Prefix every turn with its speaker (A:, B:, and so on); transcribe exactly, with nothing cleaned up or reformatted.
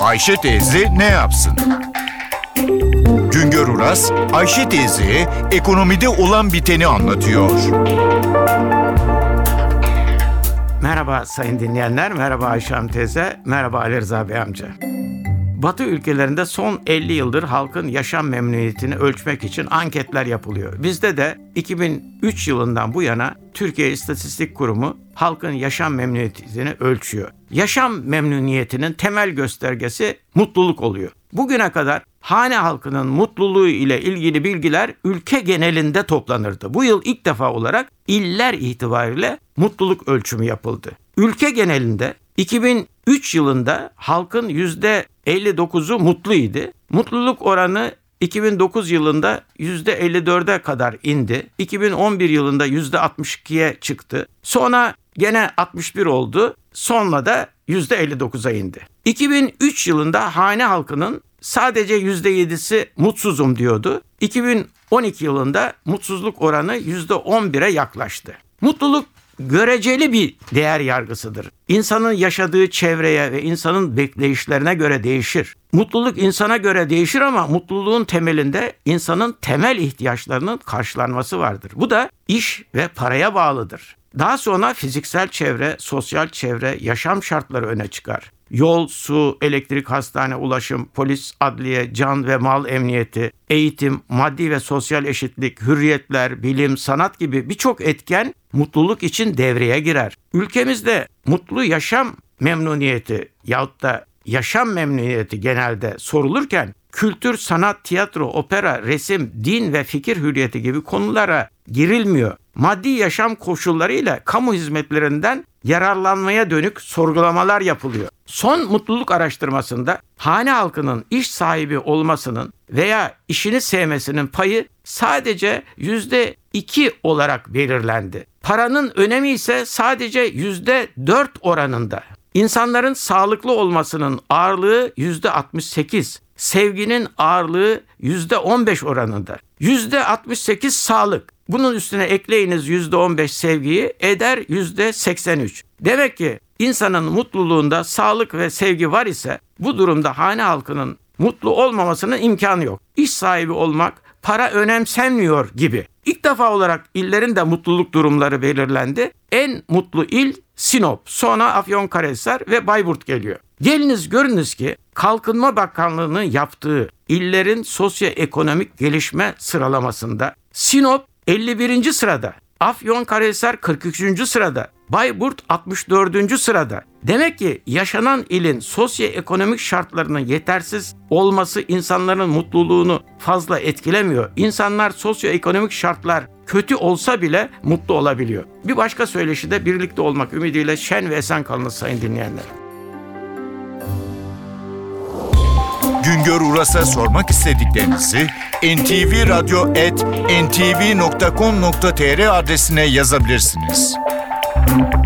A: Ayşe teyze ne yapsın? Güngör Uras, Ayşe teyzeye ekonomide olan biteni anlatıyor.
B: Merhaba sayın dinleyenler, merhaba Ayşe Hanım teyze, merhaba Ali Rıza Bey amca. Batı ülkelerinde son elli yıldır halkın yaşam memnuniyetini ölçmek için anketler yapılıyor. Bizde de iki bin üç yılından bu yana Türkiye İstatistik Kurumu halkın yaşam memnuniyetini ölçüyor. Yaşam memnuniyetinin temel göstergesi mutluluk oluyor. Bugüne kadar hane halkının mutluluğu ile ilgili bilgiler ülke genelinde toplanırdı. Bu yıl ilk defa olarak iller itibariyle mutluluk ölçümü yapıldı. Ülke genelinde iki bin üç yılında halkın yüzde elli dokuzu mutluydu. Mutluluk oranı iki bin dokuz yılında yüzde elli dörde kadar indi. iki bin on bir yılında yüzde altmış ikiye çıktı. Sonra gene altmış bir oldu. Sonra da yüzde elli dokuza indi. iki bin üç yılında hane halkının sadece yüzde yedisi mutsuzum diyordu. iki bin on iki yılında mutsuzluk oranı yüzde on bire yaklaştı. Mutluluk göreceli bir değer yargısıdır. İnsanın yaşadığı çevreye ve insanın bekleyişlerine göre değişir. Mutluluk insana göre değişir ama mutluluğun temelinde insanın temel ihtiyaçlarının karşılanması vardır. Bu da iş ve paraya bağlıdır. Daha sonra fiziksel çevre, sosyal çevre, yaşam şartları öne çıkar. Yol, su, elektrik, hastane, ulaşım, polis, adliye, can ve mal emniyeti, eğitim, maddi ve sosyal eşitlik, hürriyetler, bilim, sanat gibi birçok etken mutluluk için devreye girer. Ülkemizde mutlu yaşam memnuniyeti yahut da yaşam memnuniyeti genelde sorulurken kültür, sanat, tiyatro, opera, resim, din ve fikir hürriyeti gibi konulara girilmiyor. Maddi yaşam koşullarıyla kamu hizmetlerinden yararlanmaya dönük sorgulamalar yapılıyor. Son mutluluk araştırmasında hane halkının iş sahibi olmasının veya işini sevmesinin payı sadece yüzde iki olarak belirlendi. Paranın önemi ise sadece yüzde dört oranında. İnsanların sağlıklı olmasının ağırlığı yüzde altmış sekiz, sevginin ağırlığı yüzde on beş oranında. yüzde altmış sekiz sağlık. Bunun üstüne ekleyiniz yüzde on beş sevgiyi eder yüzde seksen üç. Demek ki insanın mutluluğunda sağlık ve sevgi var ise bu durumda hane halkının mutlu olmamasının imkanı yok. İş sahibi olmak, para önemsenmiyor gibi. İlk defa olarak illerin de mutluluk durumları belirlendi. En mutlu il Sinop, sonra Afyonkarahisar ve Bayburt geliyor. Geliniz görünüz ki Kalkınma Bakanlığı'nın yaptığı illerin sosyoekonomik gelişme sıralamasında Sinop elli birinci sırada, Afyonkarahisar kırk üçüncü sırada, Bayburt altmış dördüncü sırada. Demek ki yaşanan ilin sosyoekonomik şartlarının yetersiz olması insanların mutluluğunu fazla etkilemiyor. İnsanlar sosyoekonomik şartlar kötü olsa bile mutlu olabiliyor. Bir başka söyleşi de birlikte olmak ümidiyle şen ve esen kalınız sayın dinleyenler.
A: Güngör Uras'a sormak istediklerinizi en ti vi radyo at en ti vi nokta com nokta tr adresine yazabilirsiniz.